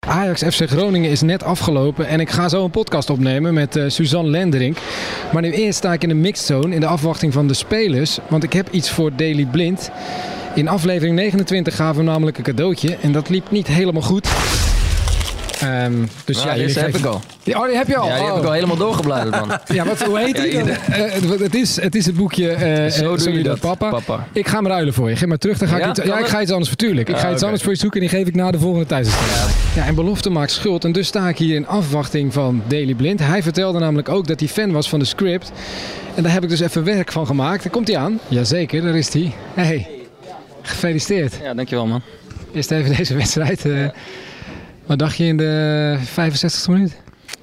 Ajax FC Groningen is net afgelopen en ik ga zo een podcast opnemen met Suzanne Lenderink. Maar nu eerst sta ik in de mixed zone in de afwachting van de spelers, want ik heb iets voor Daily Blind. In aflevering 29 gaven we namelijk een cadeautje en dat liep niet helemaal goed. Dus ja, deze heb ik al. Oh, die heb je al? Ja, die heb ik al helemaal doorgebladerd, man. Ja, hoe heet die? Het is het boekje Zo doe je dat, papa. Ik ga hem ruilen voor je. Geef maar terug, dan ga ik ik ga iets anders voor, tuurlijk. Ik ga iets anders voor je zoeken en die geef ik na de volgende thuisstelling. Ja, en belofte maakt schuld. En dus sta ik hier in afwachting van Daily Blind. Hij vertelde namelijk ook dat hij fan was van de script. En daar heb ik dus even werk van gemaakt. Daar komt hij aan. Jazeker, daar is hij. Hey, gefeliciteerd. Ja, dankjewel, man. Eerst even deze wedstrijd. Wat dacht je in de 65e minuut?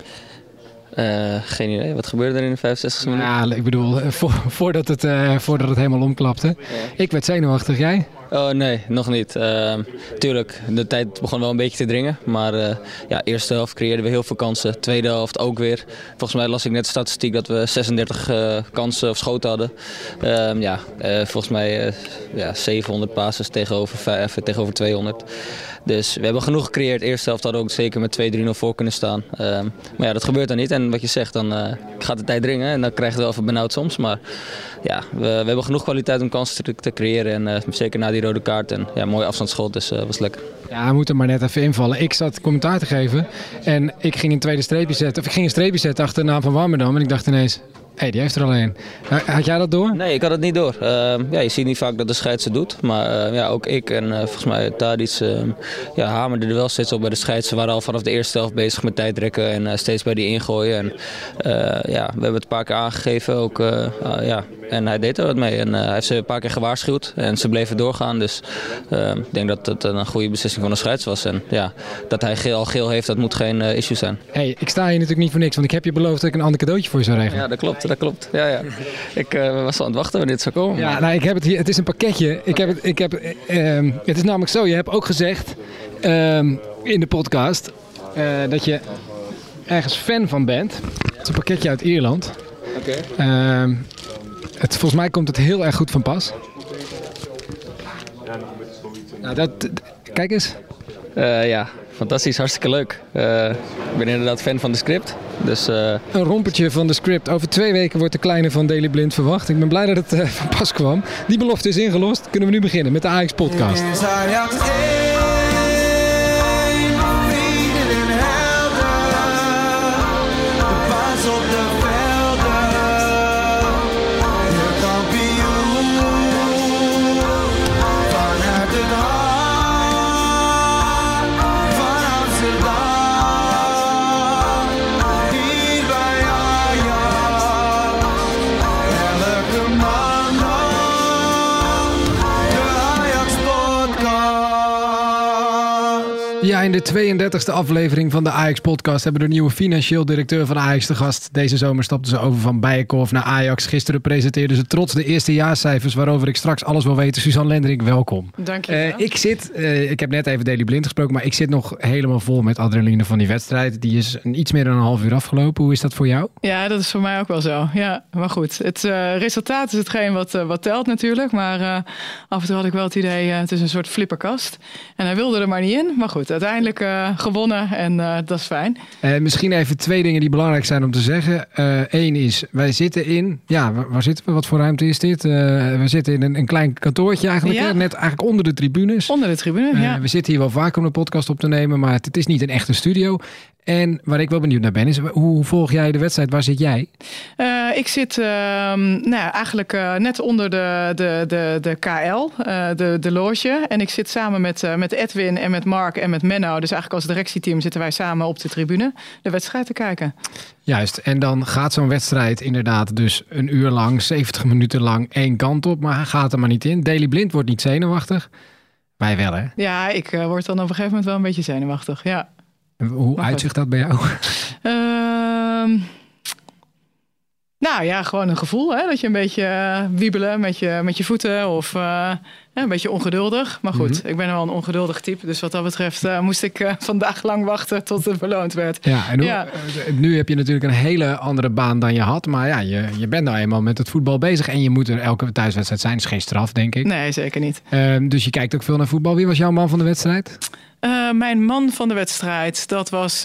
Geen idee. Wat gebeurde er in de 65e minuut? Ja, ik bedoel, voordat het helemaal omklapte. Ja. Ik werd zenuwachtig, jij? Oh nee, nog niet. Tuurlijk, de tijd begon wel een beetje te dringen. Maar eerste helft creëerden we heel veel kansen. Tweede helft ook weer. Volgens mij las ik net de statistiek dat we 36 kansen of schoten hadden. Volgens mij 700 passes tegenover 200. Dus we hebben genoeg gecreëerd. Eerste helft hadden we ook zeker met 2-3-0 voor kunnen staan. Maar ja, dat gebeurt dan niet. En wat je zegt, dan gaat de tijd dringen. En dan krijg je het wel even benauwd soms. Maar ja, we hebben genoeg kwaliteit om kansen te creëren. En zeker na die rode kaart. En ja, mooi afstandsschot, dus was lekker. Ja, we moeten maar net even invallen. Ik zat commentaar te geven. En ik ging een tweede streepje zetten. Of ik ging een streepje zetten achter de naam van Warmerdam. En ik dacht ineens... die heeft er al een. Had jij dat door? Nee, ik had het niet door. Je ziet niet vaak dat de scheids het doet. Maar ook ik en volgens mij Tadic hamerden er wel steeds op bij de scheids. Ze waren al vanaf de eerste helft bezig met tijdrekken en steeds bij die ingooien. En we hebben het een paar keer aangegeven ook. En hij deed er wat mee. En hij heeft ze een paar keer gewaarschuwd. En ze bleven doorgaan. Dus ik denk dat het een goede beslissing van de scheids was. En ja, dat hij al geel heeft, dat moet geen issue zijn. Hey, ik sta hier natuurlijk niet voor niks. Want ik heb je beloofd dat ik een ander cadeautje voor je zou regelen. Ja, dat klopt. Ja. Ik was al aan het wachten wanneer dit zou komen. Ja, nou, ik heb het hier. Het is een pakketje. Het is namelijk zo. Je hebt ook gezegd in de podcast dat je ergens fan van bent. Het is een pakketje uit Ierland. Oké. Volgens mij komt het heel erg goed van pas. Nou, kijk eens. Fantastisch, hartstikke leuk. Ik ben inderdaad fan van de script. Dus, Een rompertje van de script. Over 2 weken wordt de kleine van Daily Blind verwacht. Ik ben blij dat het van pas kwam. Die belofte is ingelost. Kunnen we nu beginnen met de Ajax podcast. Ja, in de 32e aflevering van de Ajax-podcast hebben we de nieuwe financieel directeur van Ajax te gast. Deze zomer stapten ze over van Bijenkorf naar Ajax. Gisteren presenteerden ze trots de eerstejaarscijfers, waarover ik straks alles wil weten. Suzanne Lenderink, welkom. Dank je wel. Ik heb net even Daily Blind gesproken, maar ik zit nog helemaal vol met adrenaline van die wedstrijd. Die is iets meer dan een half uur afgelopen. Hoe is dat voor jou? Ja, dat is voor mij ook wel zo. Ja, maar goed. Het resultaat is hetgeen wat telt natuurlijk. Maar af en toe had ik wel het idee, het is een soort flipperkast. En hij wilde er maar niet in. Maar goed, uiteindelijk gewonnen en dat is fijn. Misschien even 2 dingen die belangrijk zijn om te zeggen. Eén is, wij zitten in... Ja, waar zitten we? Wat voor ruimte is dit? We zitten in een klein kantoortje eigenlijk. Ja. Net eigenlijk onder de tribunes. Onder de tribune, ja. We zitten hier wel vaak om een podcast op te nemen, maar het is niet een echte studio. En waar ik wel benieuwd naar ben, is hoe volg jij de wedstrijd? Waar zit jij? Ik zit eigenlijk net onder de KL, de loge. En ik zit samen met Edwin en met Mark en met Menno. Dus eigenlijk als directieteam zitten wij samen op de tribune de wedstrijd te kijken. Juist, en dan gaat zo'n wedstrijd inderdaad dus een uur lang, 70 minuten lang één kant op. Maar hij gaat er maar niet in. Daily Blind wordt niet zenuwachtig. Wij wel, hè? Ja, ik word dan op een gegeven moment wel een beetje zenuwachtig, ja. Hoe uitzicht dat bij jou? Nou ja, gewoon een gevoel. Hè? Dat je een beetje wiebelen met je voeten of een beetje ongeduldig. Maar goed, ik ben wel een ongeduldig type. Dus wat dat betreft moest ik vandaag lang wachten tot het beloond werd. Ja, en nu heb je natuurlijk een hele andere baan dan je had. Maar ja, je bent nou eenmaal met het voetbal bezig. En je moet er elke thuiswedstrijd zijn. Dat is geen straf, denk ik. Nee, zeker niet. Dus je kijkt ook veel naar voetbal. Wie was jouw man van de wedstrijd? Mijn man van de wedstrijd, dat was...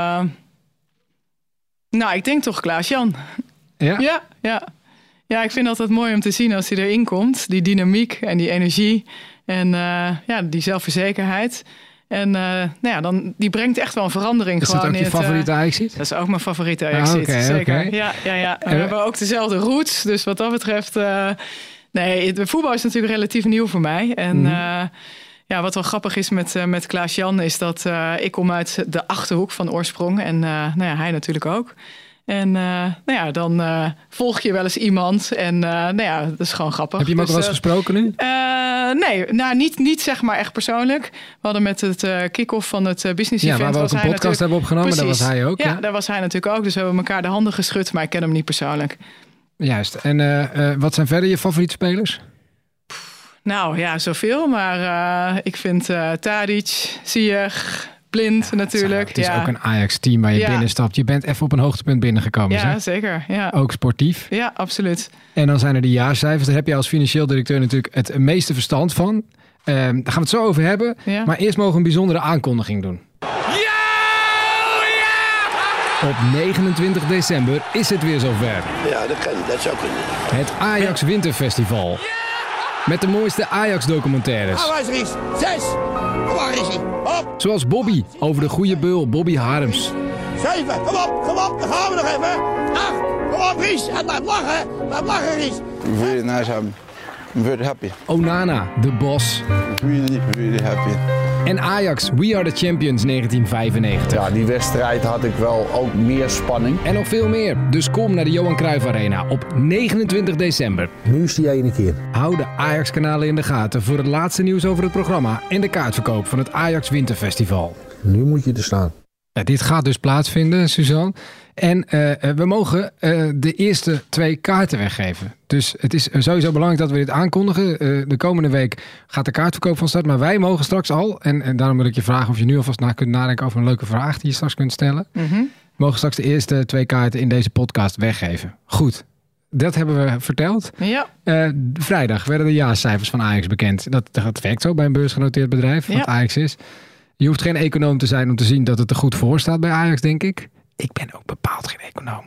ik denk toch Klaas-Jan. Ja? Ja, ik vind het altijd mooi om te zien als hij erin komt. Die dynamiek en die energie en die zelfverzekerheid. En die brengt echt wel een verandering. Is dat ook je favoriete Ajaxiet? Dat is ook mijn favoriete Ajaxiet, zeker. Okay. Ja. En we hebben ook dezelfde roots. Dus wat dat betreft... de voetbal is natuurlijk relatief nieuw voor mij. En wat wel grappig is met Klaas-Jan... is dat ik kom uit de Achterhoek van oorsprong. En hij natuurlijk ook. En dan volg je wel eens iemand. En dat is gewoon grappig. Heb je hem ook wel eens gesproken nu? Nee, niet zeg maar echt persoonlijk. We hadden met het kick-off van het business event... Ja, waar we ook een podcast hebben opgenomen, precies. Daar was hij ook. Ja, daar was hij natuurlijk ook. Dus we hebben elkaar de handen geschud, maar ik ken hem niet persoonlijk. Juist. En wat zijn verder je favoriete spelers? Nou ja, zoveel. Maar ik vind Tadic, Ziyech... Blind natuurlijk. Het is ook een Ajax-team waar je binnenstapt. Je bent even op een hoogtepunt binnengekomen. Ja, zeker. Ja. Ook sportief. Ja, absoluut. En dan zijn er de jaarcijfers. Daar heb je als financieel directeur natuurlijk het meeste verstand van. Daar gaan we het zo over hebben. Ja. Maar eerst mogen we een bijzondere aankondiging doen. Op 29 december is het weer zover. Ja, dat zou kunnen. Het Ajax Winterfestival. Met de mooiste Ajax-documentaires. Waar is Ries? 6. Waar is hij? Op. Zoals Bobby over de goede beul Bobby Harms. 7. Kom op. Dan gaan we nog even. 8. Kom op, Ries. En blijf lachen, Ries. Really nice. I'm very happy. Onana, de Bos. Really happy. En Ajax, We Are The Champions 1995. Ja, die wedstrijd had ik wel ook meer spanning. En nog veel meer. Dus kom naar de Johan Cruijff Arena op 29 december. Nu is die ene keer. Hou de Ajax-kanalen in de gaten voor het laatste nieuws over het programma en de kaartverkoop van het Ajax Winterfestival. Nu moet je er staan. Ja, dit gaat dus plaatsvinden, Suzanne. En we mogen de eerste 2 kaarten weggeven. Dus het is sowieso belangrijk dat we dit aankondigen. De komende week gaat de kaartverkoop van start. Maar wij mogen straks al, en daarom wil ik je vragen of je nu alvast kunt nadenken over een leuke vraag die je straks kunt stellen. We mogen straks de eerste 2 kaarten in deze podcast weggeven. Goed, dat hebben we verteld. Ja. Vrijdag werden de jaarcijfers van Ajax bekend. Dat werkt zo bij een beursgenoteerd bedrijf, wat Ajax is. Je hoeft geen econoom te zijn om te zien dat het er goed voor staat bij Ajax, denk ik. Ik ben ook bepaald geen econoom.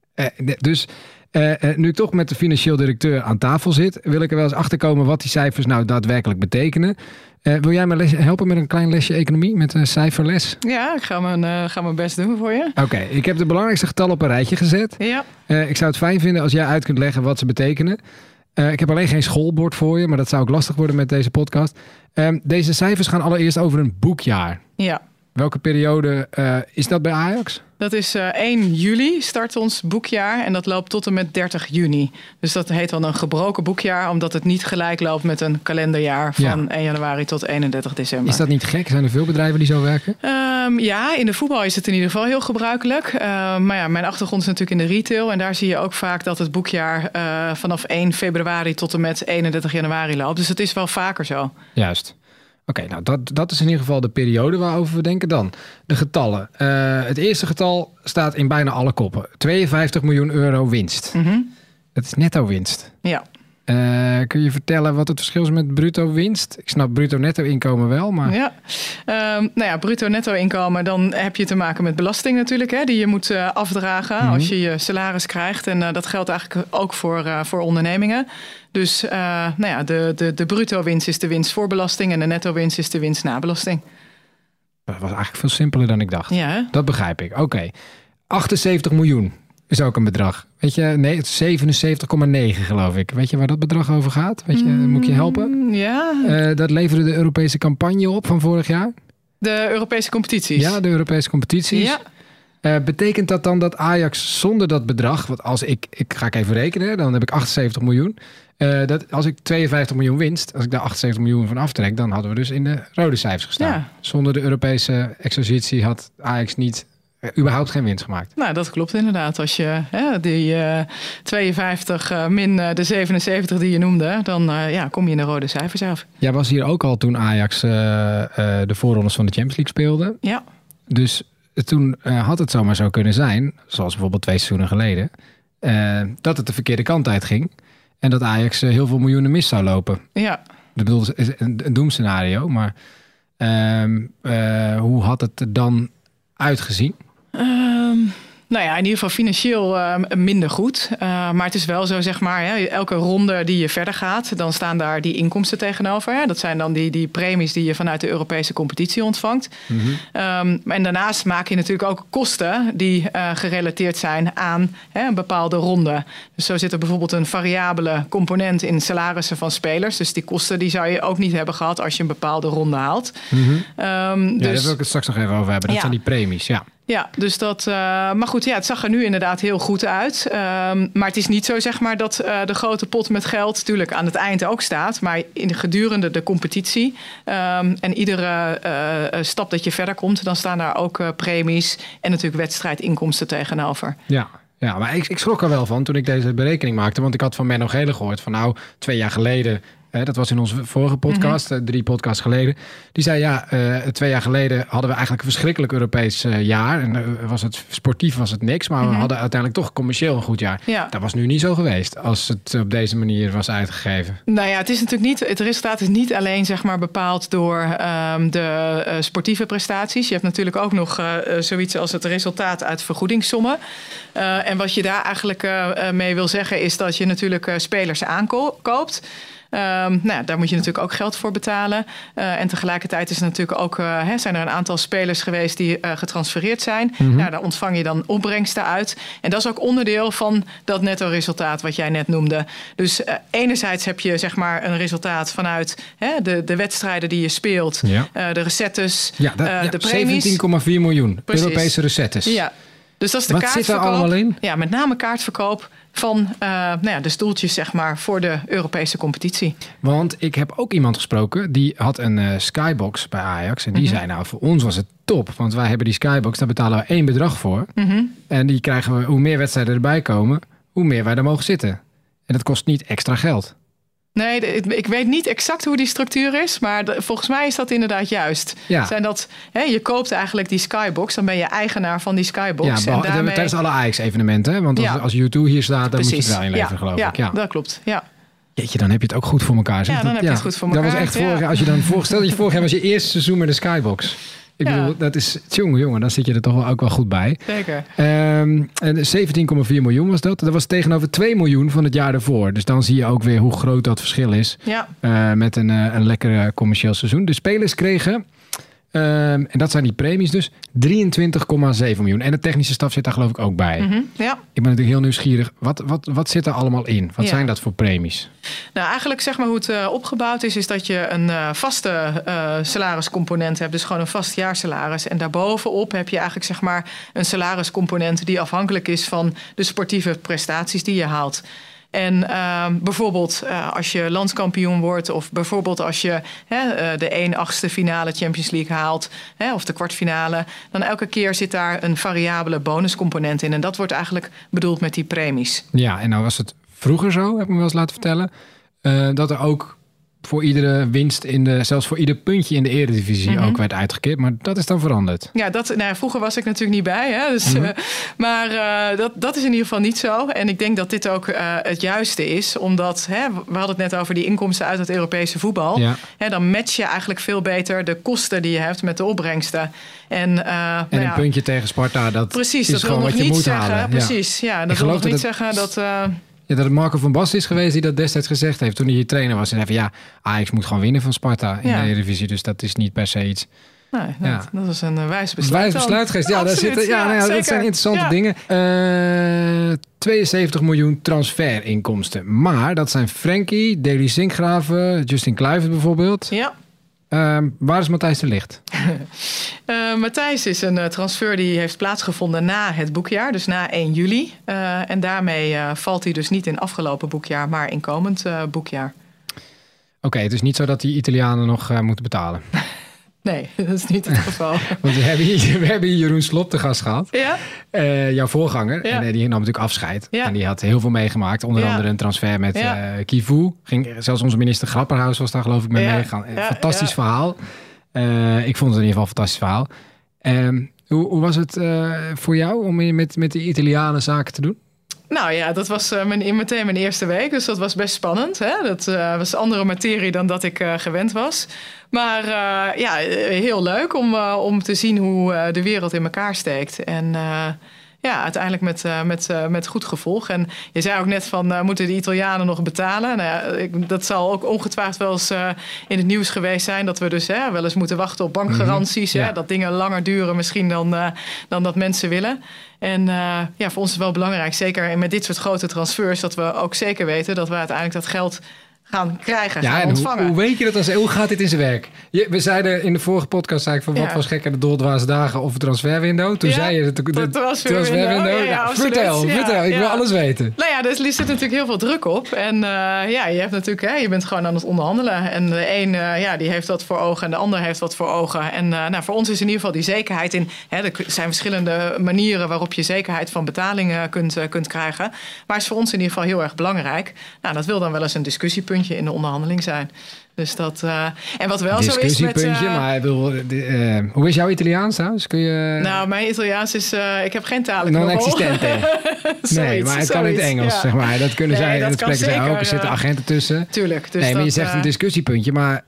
Nu ik toch met de financieel directeur aan tafel zit, wil ik er wel eens achterkomen wat die cijfers nou daadwerkelijk betekenen. Wil jij me helpen met een klein lesje economie, met een cijferles? Ja, ik ga mijn best doen voor je. Oké, ik heb de belangrijkste getallen op een rijtje gezet. Ja. Ik zou het fijn vinden als jij uit kunt leggen wat ze betekenen. Ik heb alleen geen schoolbord voor je, maar dat zou ook lastig worden met deze podcast. Deze cijfers gaan allereerst over een boekjaar. Ja. Welke periode is dat bij Ajax? Dat is 1 juli start ons boekjaar en dat loopt tot en met 30 juni. Dus dat heet dan een gebroken boekjaar, omdat het niet gelijk loopt met een kalenderjaar van 1 januari tot 31 december. Is dat niet gek? Zijn er veel bedrijven die zo werken? Ja, in de voetbal is het in ieder geval heel gebruikelijk. Maar ja, mijn achtergrond is natuurlijk in de retail en daar zie je ook vaak dat het boekjaar vanaf 1 februari tot en met 31 januari loopt. Dus het is wel vaker zo. Juist. Oké, nou dat is in ieder geval de periode waarover we denken. Dan de getallen. Het eerste getal staat in bijna alle koppen. 52 miljoen euro winst. Dat is netto winst. Ja. Kun je vertellen wat het verschil is met bruto winst? Ik snap bruto netto inkomen wel, maar... Ja, bruto netto inkomen, dan heb je te maken met belasting natuurlijk, hè, die je moet afdragen als je je salaris krijgt. En dat geldt eigenlijk ook voor ondernemingen. Dus de bruto winst is de winst voor belasting en de netto winst is de winst na belasting. Dat was eigenlijk veel simpeler dan ik dacht. Ja, hè? Dat begrijp ik. Oké. 78 miljoen is ook een bedrag. Weet je, nee, het is 77,9 geloof ik. Weet je waar dat bedrag over gaat? Weet je, moet ik je helpen? Ja. Dat leverde de Europese campagne op van vorig jaar. De Europese competities? Ja, de Europese competities. Ja. Betekent dat dan dat Ajax zonder dat bedrag, want als ik ga even rekenen, dan heb ik 78 miljoen. Dat als ik 52 miljoen winst, als ik daar 78 miljoen van aftrek, dan hadden we dus in de rode cijfers gestaan. Ja. Zonder de Europese exercitie had Ajax niet überhaupt geen winst gemaakt. Nou, dat klopt inderdaad. Als je die 52 min de 77 die je noemde, dan kom je in de rode cijfers af. Jij was hier ook al toen Ajax de voorrondes van de Champions League speelde. Ja. Dus toen had het zomaar zo kunnen zijn, zoals bijvoorbeeld 2 seizoenen geleden, dat het de verkeerde kant uit ging. En dat Ajax heel veel miljoenen mis zou lopen. Ja. Ik bedoel, het is een doemscenario, maar hoe had het er dan uitgezien? Nou ja, in ieder geval financieel minder goed. Maar het is wel zo, zeg maar, elke ronde die je verder gaat, dan staan daar die inkomsten tegenover. Hè? Dat zijn dan die premies die je vanuit de Europese competitie ontvangt. Mm-hmm. En daarnaast maak je natuurlijk ook kosten die gerelateerd zijn aan een bepaalde ronde. Dus zo zit er bijvoorbeeld een variabele component in salarissen van spelers. Dus die kosten die zou je ook niet hebben gehad als je een bepaalde ronde haalt. Mm-hmm. Daar wil ik het straks nog even over hebben. Dat zijn die premies, ja. Ja, dus dat. Maar goed, het zag er nu inderdaad heel goed uit. Maar het is niet zo, zeg maar, dat de grote pot met geld natuurlijk aan het eind ook staat. Maar gedurende de competitie en iedere stap dat je verder komt, dan staan daar ook premies en natuurlijk wedstrijdinkomsten tegenover. Ja. Ja, maar ik schrok er wel van toen ik deze berekening maakte. Want ik had van Menno Gele gehoord van 2 jaar geleden. Dat was in onze vorige podcast, 3 podcasts geleden. Die zei 2 jaar geleden hadden we eigenlijk een verschrikkelijk Europees jaar. En sportief was het niks. Maar we hadden uiteindelijk toch commercieel een goed jaar. Ja. Dat was nu niet zo geweest als het op deze manier was uitgegeven. Nou ja, het is natuurlijk niet. Het resultaat is niet alleen, zeg maar, bepaald door de sportieve prestaties. Je hebt natuurlijk ook nog zoiets als het resultaat uit vergoedingssommen. En wat je daar eigenlijk mee wil zeggen is dat je natuurlijk spelers aankoopt. Daar moet je natuurlijk ook geld voor betalen. En tegelijkertijd is er natuurlijk ook, zijn er een aantal spelers geweest die getransfereerd zijn. Mm-hmm. Daar ontvang je dan opbrengsten uit. En dat is ook onderdeel van dat netto resultaat wat jij net noemde. Dus enerzijds heb je, zeg maar, een resultaat vanuit de wedstrijden die je speelt. Ja. De recettes, de premies. 17,4 miljoen Europese recettes. Ja. Dus dat is de wat kaartverkoop. Zit er allemaal in? Ja, met name kaartverkoop van de stoeltjes, zeg maar, voor de Europese competitie. Want ik heb ook iemand gesproken, die had een skybox bij Ajax. En die zei, voor ons was het top. Want wij hebben die skybox, daar betalen we 1 bedrag voor. Mm-hmm. En die krijgen we, hoe meer wedstrijden erbij komen, hoe meer wij er mogen zitten. En dat kost niet extra geld. Nee, ik weet niet exact hoe die structuur is, maar volgens mij is dat inderdaad juist. Ja. Zijn dat, je koopt eigenlijk die skybox, dan ben je eigenaar van die skybox. Ja, tijdens alle Ajax-evenementen, hè? Want als U2 hier staat, dan moet je het wel inleveren, geloof ik. Ja, dat klopt. Ja. Jeetje, dan heb je het ook goed voor elkaar. Zeg. Ja, dan heb je het goed voor elkaar. Dat was echt vorig jaar. Als je dan voorstelt dat je vorig jaar was je eerste seizoen met de skybox. Ik bedoel, dat is jongen, dan zit je er toch ook wel goed bij. Zeker. 17,4 miljoen was dat. Dat was tegenover 2 miljoen van het jaar daarvoor. Dus dan zie je ook weer hoe groot dat verschil is. Ja. Met een lekker commercieel seizoen. De spelers kregen, en dat zijn die premies dus, 23,7 miljoen. En de technische staf zit daar geloof ik ook bij. Mm-hmm, ja. Ik ben natuurlijk heel nieuwsgierig. Wat zit er allemaal in? Wat zijn dat voor premies? Nou, eigenlijk zeg maar hoe het opgebouwd is dat je een vaste salariscomponent hebt. Dus gewoon een vast jaarsalaris. En daarbovenop heb je eigenlijk, zeg maar, een salariscomponent die afhankelijk is van de sportieve prestaties die je haalt. En bijvoorbeeld als je landskampioen wordt, of bijvoorbeeld als je de 1/8 finale Champions League haalt, of de kwartfinale, dan elke keer zit daar een variabele bonuscomponent in. En dat wordt eigenlijk bedoeld met die premies. Ja, en nou was het vroeger zo, heb ik me wel eens laten vertellen, dat er ook voor iedere winst zelfs voor ieder puntje in de Eredivisie ook werd uitgekeerd. Maar dat is dan veranderd. Ja, vroeger was ik natuurlijk niet bij. Hè? Dus, maar dat is in ieder geval niet zo. En ik denk dat dit ook het juiste is. Omdat, we hadden het net over die inkomsten uit het Europese voetbal. Ja. Dan match je eigenlijk veel beter de kosten die je hebt met de opbrengsten. En een puntje tegen Sparta, dat precies, is dat gewoon wat je moet halen. Precies, dat wil nog niet zeggen dat... Ja, dat het Marco van Basten is geweest die dat destijds gezegd heeft toen hij hier trainer was. En zei van Ajax moet gewoon winnen van Sparta in de Eredivisie. Dus dat is niet per se iets. Nee, dat is een wijs besluit. Wijs besluit geweest. Ja, daar zitten, dat zijn interessante dingen. 72 miljoen transferinkomsten. Maar dat zijn Frenkie, Deli Sinkgraven, Justin Kluivert bijvoorbeeld. Ja. Waar is Matthijs de Ligt? Matthijs is een transfer die heeft plaatsgevonden na het boekjaar, dus na 1 juli. En daarmee valt hij dus niet in afgelopen boekjaar, maar in komend boekjaar. Oké, het is niet zo dat die Italianen nog moeten betalen. Nee, dat is niet het geval. Want we hebben hier Jeroen Slop te gast gehad. Ja? Jouw voorganger. Ja. En die nam natuurlijk afscheid. Ja. En die had heel veel meegemaakt. Onder andere een transfer met Kivu. Zelfs onze minister Grapperhaus was daar geloof ik mee meegegaan. Fantastisch verhaal. Ik vond het in ieder geval een fantastisch verhaal. Hoe was het voor jou om met de Italianen zaken te doen? Nou ja, dat was meteen mijn eerste week. Dus dat was best spannend. Hè? Dat was andere materie dan dat ik gewend was. Maar heel leuk om te zien hoe de wereld in elkaar steekt. En uiteindelijk met goed gevolg. En je zei ook net van, moeten de Italianen nog betalen? Nou ja, dat zal ook ongetwijfeld wel eens in het nieuws geweest zijn. Dat we dus wel eens moeten wachten op bankgaranties. Ja. Dat dingen langer duren misschien dan dat mensen willen. En voor ons is het wel belangrijk, zeker met dit soort grote transfers, dat we ook zeker weten dat we uiteindelijk dat geld gaan krijgen, gaan ontvangen. Hoe weet je dat? Hoe gaat dit in zijn werk? We zeiden in de vorige podcast, wat was gekker de doldwaze dagen of het transferwindow? Toen zei je de transferwindow. Vertel, ik wil alles weten. Nou ja, er zit natuurlijk heel veel druk op. En je hebt natuurlijk, je bent gewoon aan het onderhandelen. En de een die heeft wat voor ogen en de ander heeft wat voor ogen. En voor ons is in ieder geval die zekerheid in. Er zijn verschillende manieren waarop je zekerheid van betalingen kunt krijgen. Maar is voor ons in ieder geval heel erg belangrijk. Nou, dat wil dan wel eens een discussiepuntje in de onderhandeling zijn. Dus dat, en wat wel zo is met... maar hoe is jouw Italiaans trouwens? Kun je... Nou, mijn Italiaans is... ik heb geen talen. Non-existent. Nee, maar het kan in het Engels, zeg maar. Dat kunnen zij, dat spreken zij ook. Er zitten agenten tussen. Tuurlijk. Dus maar je zegt een discussiepuntje. Maar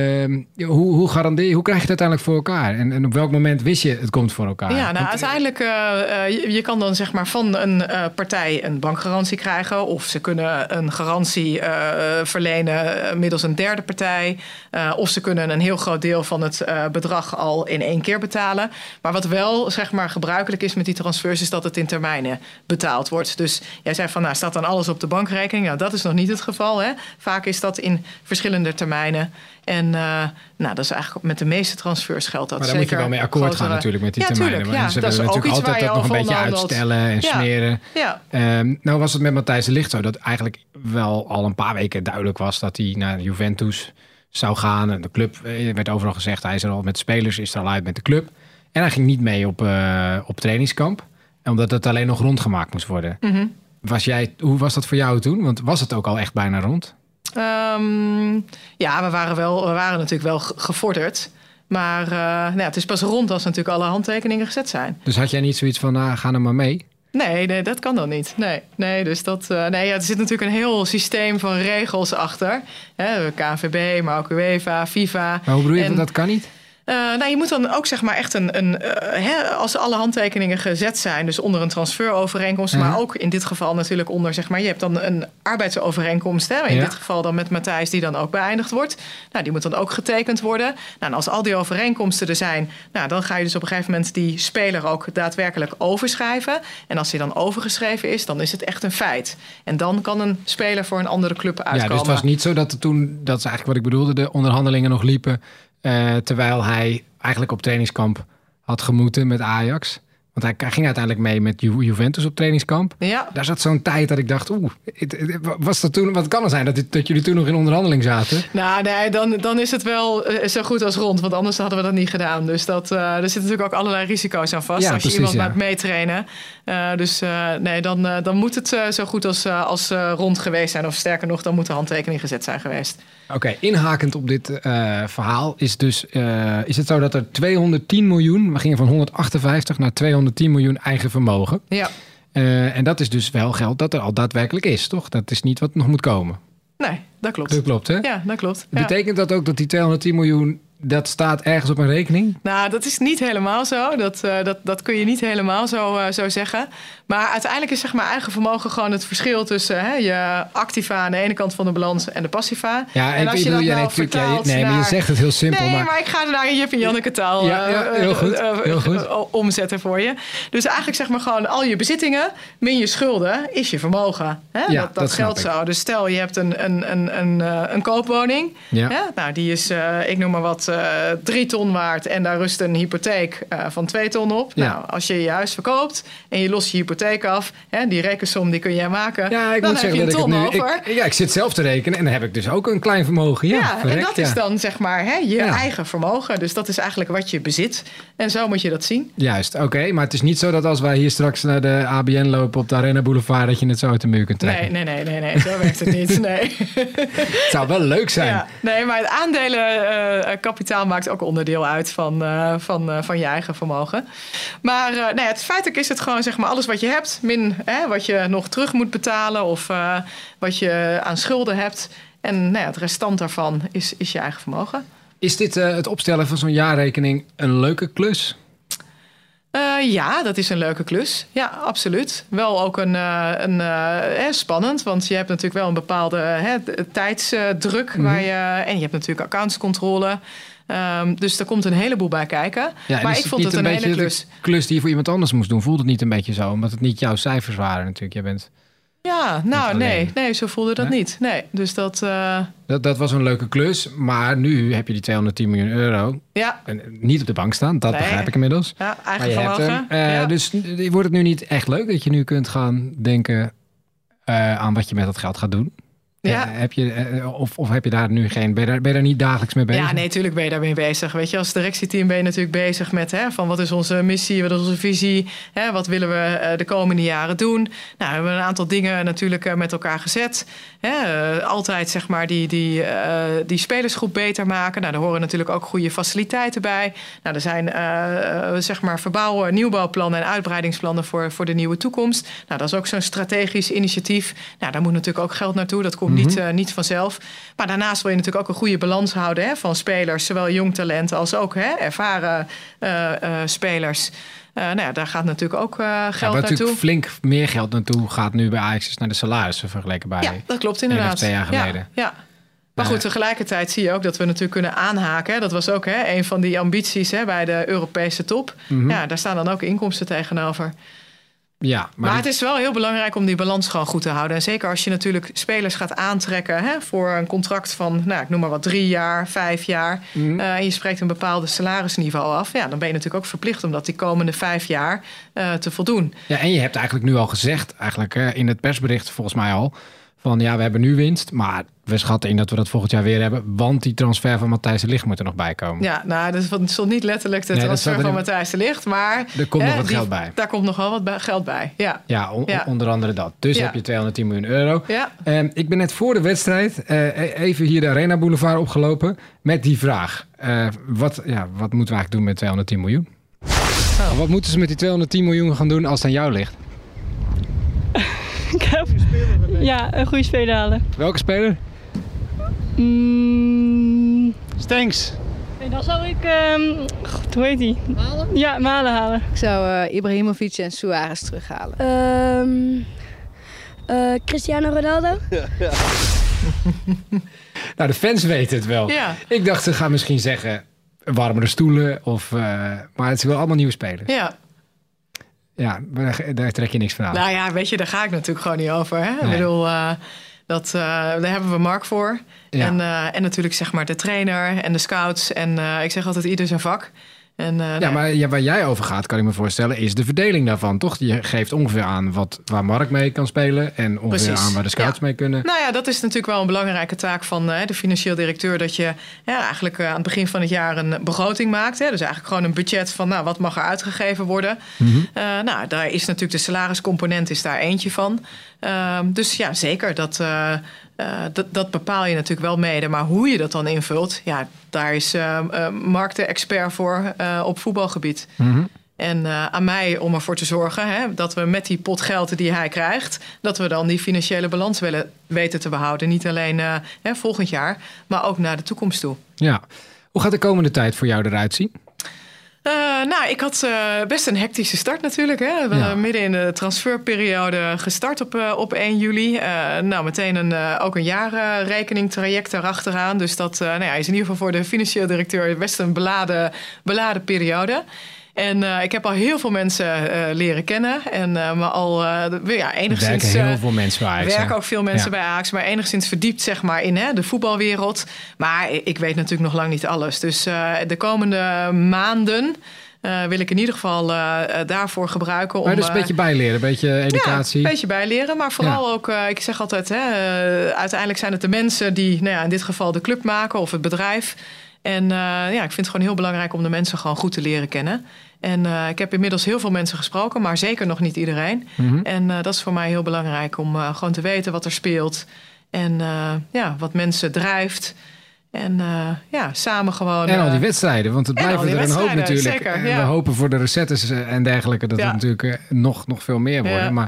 hoe krijg je het uiteindelijk voor elkaar? En op welk moment wist je het komt voor elkaar? Ja, nou, uiteindelijk... je kan dan zeg maar van een partij een bankgarantie krijgen. Of ze kunnen een garantie verlenen middels een derde partij. Of ze kunnen een heel groot deel van het bedrag al in 1 keer betalen. Maar wat wel zeg maar gebruikelijk is met die transfers, is dat het in termijnen betaald wordt. Dus jij zei van, staat dan alles op de bankrekening? Nou, dat is nog niet het geval. Hè? Vaak is dat in verschillende termijnen. En dat is eigenlijk met de meeste transfers geldt dat. Maar daar zeker moet je wel mee akkoord gaan natuurlijk met die termijnen. Tuurlijk, ze willen natuurlijk altijd dat nog een beetje uitstellen en smeren. Ja. Nou was het met Matthijs de Ligt zo dat eigenlijk wel al een paar weken duidelijk was dat hij naar Juventus zou gaan. En de club, werd overal gezegd, hij is er al met spelers, is er al uit met de club. En hij ging niet mee op trainingskamp, omdat het alleen nog rondgemaakt moest worden. Mm-hmm. Hoe was dat voor jou toen? Want was het ook al echt bijna rond? We waren natuurlijk wel gevorderd. Maar het is pas rond als natuurlijk alle handtekeningen gezet zijn. Dus had jij niet zoiets van, ga er maar mee? Nee, dat kan dan niet. Nee, dus dat. Er zit natuurlijk een heel systeem van regels achter. KNVB, maar ook UEFA, FIFA. Maar hoe bedoel je dat kan niet? Je moet dan ook zeg maar echt als alle handtekeningen gezet zijn, dus onder een transferovereenkomst, maar ook in dit geval natuurlijk onder, zeg maar, je hebt dan een arbeidsovereenkomst, in dit geval dan met Matthijs, die dan ook beëindigd wordt. Nou, die moet dan ook getekend worden. Nou, en als al die overeenkomsten er zijn, dan ga je dus op een gegeven moment die speler ook daadwerkelijk overschrijven. En als die dan overgeschreven is, dan is het echt een feit. En dan kan een speler voor een andere club uitkomen. Ja, dus het was niet zo dat dat is eigenlijk wat ik bedoelde, de onderhandelingen nog liepen. Terwijl hij eigenlijk op trainingskamp had gemoeten met Ajax. Want hij ging uiteindelijk mee met Juventus op trainingskamp. Ja. Daar zat zo'n tijd dat ik dacht, was dat toen? Wat kan er zijn dat jullie toen nog in onderhandeling zaten? Nou, nee, dan is het wel zo goed als rond. Want anders hadden we dat niet gedaan. Dus er zitten natuurlijk ook allerlei risico's aan vast. Als je iemand laat meetrainen. Dan moet het zo goed als rond geweest zijn. Of sterker nog, dan moet de handtekening gezet zijn geweest. Oké, inhakend op dit verhaal is het zo dat er 210 miljoen... We gingen van 158 naar 210 miljoen eigen vermogen. Ja. En dat is dus wel geld dat er al daadwerkelijk is, toch? Dat is niet wat nog moet komen. Nee, dat klopt. Dat klopt, hè? Ja, dat klopt. Betekent dat ook dat die 210 miljoen... dat staat ergens op een rekening? Nou, dat is niet helemaal zo. Dat kun je niet helemaal zo zeggen. Maar uiteindelijk is zeg maar eigen vermogen gewoon het verschil tussen je activa aan de ene kant van de balans en de passiva. Ja, en als je dat nou vertaalt maar je zegt het heel simpel. Nee, maar ik ga er naar een Jip en Janneke taal heel goed. Omzetten voor je. Dus eigenlijk zeg maar gewoon al je bezittingen min je schulden is je vermogen. Hè? Ja, dat geldt zo. Dus stel je hebt een koopwoning. Ja. Nou, die is, ik noem maar wat, 3 ton waard en daar rust een hypotheek van 2 ton op. Ja. Nou, als je je huis verkoopt en je lost je hypotheek af, die rekensom die kun jij maken, dan heb je een ton over. Ik zit zelf te rekenen en dan heb ik dus ook een klein vermogen. Ja, en dat is dan zeg maar je eigen vermogen. Dus dat is eigenlijk wat je bezit. En zo moet je dat zien. Juist, oké. Maar het is niet zo dat als wij hier straks naar de ABN lopen op de Arena Boulevard, dat je het zo uit de muur kunt trekken. Nee. Zo werkt het niet. Nee. Het zou wel leuk zijn. Ja, nee, maar het aandelenkapitaal maakt ook onderdeel uit van je eigen vermogen. Maar het feitelijk is het gewoon zeg maar alles wat je hebt, min wat je nog terug moet betalen of wat je aan schulden hebt. En het restant daarvan is je eigen vermogen. Is dit het opstellen van zo'n jaarrekening een leuke klus? Ja, dat is een leuke klus. Ja, absoluut. Wel ook spannend, want je hebt natuurlijk wel een bepaalde tijdsdruk. En je hebt natuurlijk accountscontrole. Dus er komt een heleboel bij kijken. Ja, maar ik vond het een hele klus. De klus die je voor iemand anders moest doen, voelt het niet een beetje zo? Omdat het niet jouw cijfers waren natuurlijk. Je bent... Ja, nou nee, zo voelde dat niet. Nee, dus dat was een leuke klus, maar nu heb je die 210 miljoen euro niet op de bank staan. Dat begrijp ik inmiddels. Ja, eigen vermogen. Dus wordt het nu niet echt leuk dat je nu kunt gaan denken aan wat je met dat geld gaat doen? Ja. Heb je, of heb je daar nu geen... Ben je daar niet dagelijks mee bezig? Ja, nee, natuurlijk ben je daarmee bezig. Weet je, als directieteam ben je natuurlijk bezig met... van wat is onze missie, wat is onze visie... wat willen we de komende jaren doen. Nou, we hebben een aantal dingen natuurlijk met elkaar gezet. Altijd, zeg maar, die spelersgroep beter maken. Nou, daar horen natuurlijk ook goede faciliteiten bij. Nou, er zijn, zeg maar, nieuwbouwplannen en uitbreidingsplannen voor de nieuwe toekomst. Nou, dat is ook zo'n strategisch initiatief. Nou, daar moet natuurlijk ook geld naartoe. Dat komt niet vanzelf. Maar daarnaast wil je natuurlijk ook een goede balans houden van spelers. Zowel jong talent als ook ervaren spelers. Daar gaat natuurlijk ook geld naartoe. Natuurlijk flink meer geld naartoe gaat nu bij Ajax naar de salarissen vergeleken bij... Ja, dat klopt inderdaad. 2 jaar geleden. Ja. Maar goed, tegelijkertijd zie je ook dat we natuurlijk kunnen aanhaken. Dat was ook een van die ambities bij de Europese top. Mm-hmm. Ja, daar staan dan ook inkomsten tegenover. Ja, maar het is wel heel belangrijk om die balans gewoon goed te houden. En zeker als je natuurlijk spelers gaat aantrekken voor een contract van, ik noem maar wat, 3 jaar, 5 jaar. Mm. En je spreekt een bepaalde salarisniveau af. Ja, dan ben je natuurlijk ook verplicht om dat die komende 5 jaar te voldoen. Ja, en je hebt eigenlijk nu al gezegd, in het persbericht volgens mij al, van we hebben nu winst, maar we schatten in dat we dat volgend jaar weer hebben, want die transfer van Matthijs de Ligt moet er nog bij komen. Ja, dat stond niet letterlijk de transfer van Matthijs de Ligt, maar... Er komt nog wat geld bij. Daar komt nog wel wat geld bij, ja. Onder andere dat. Dus heb je 210 miljoen euro. Ja. Ik ben net voor de wedstrijd even hier de Arena Boulevard opgelopen met die vraag. Wat moeten we eigenlijk doen met 210 miljoen? Oh. Wat moeten ze met die 210 miljoen gaan doen als het aan jou ligt? Een goede speler halen. Welke speler? Stenks. Nee, dan zou ik, hoe heet die? Malen? Ja, Malen halen. Ik zou Ibrahimovic en Suarez terughalen. Cristiano Ronaldo. Ja. Nou, de fans weten het wel. Ja. Ik dacht, ze gaan misschien zeggen warmere stoelen. Maar het zijn wel allemaal nieuwe spelers. Ja. Ja, daar trek je niks van aan. Nou ja, weet je, daar ga ik natuurlijk gewoon niet over. Hè? Nee. Ik bedoel, daar hebben we Mark voor. Ja. En natuurlijk zeg maar de trainer en de scouts. En ik zeg altijd ieder zijn vak. Maar waar jij over gaat, kan ik me voorstellen, is de verdeling daarvan, toch? Je geeft ongeveer aan waar Mark mee kan spelen en ongeveer aan waar de scouts mee kunnen. Nou ja, dat is natuurlijk wel een belangrijke taak van de financieel directeur, dat je eigenlijk aan het begin van het jaar een begroting maakt. Dus eigenlijk gewoon een budget van wat mag er uitgegeven worden. Mm-hmm. Daar is natuurlijk de salariscomponent is daar eentje van. Dus ja, zeker, dat bepaal je natuurlijk wel mede. Maar hoe je dat dan invult, daar is Mark de expert voor op voetbalgebied. Mm-hmm. En aan mij om ervoor te zorgen dat we met die pot geld die hij krijgt, dat we dan die financiële balans weten te behouden. Niet alleen volgend jaar, maar ook naar de toekomst toe. Ja. Hoe gaat de komende tijd voor jou eruit zien? Ik had best een hectische start natuurlijk. Hè. We midden in de transferperiode gestart op 1 juli. Meteen ook een jaarrekening traject erachteraan. Dus dat is in ieder geval voor de financieel directeur best een beladen periode. En ik heb al heel veel mensen leren kennen. En me al enigszins... Er werken heel veel mensen bij Ajax. Er werken ook veel mensen bij Ajax. Maar enigszins verdiept zeg maar in de voetbalwereld. Maar ik weet natuurlijk nog lang niet alles. Dus de komende maanden... wil ik in ieder geval daarvoor gebruiken. Maar dus een beetje bijleren, een beetje educatie. Ja, een beetje bijleren. Maar vooral ook, ik zeg altijd... uiteindelijk zijn het de mensen die in dit geval de club maken of het bedrijf. En ik vind het gewoon heel belangrijk om de mensen gewoon goed te leren kennen. En ik heb inmiddels heel veel mensen gesproken, maar zeker nog niet iedereen. Mm-hmm. En dat is voor mij heel belangrijk om gewoon te weten wat er speelt. En wat mensen drijft. En samen gewoon... En al die wedstrijden, want het blijven er een hoop natuurlijk. Zeker, We hopen voor de recettes en dergelijke dat het natuurlijk nog veel meer worden. Ja. Maar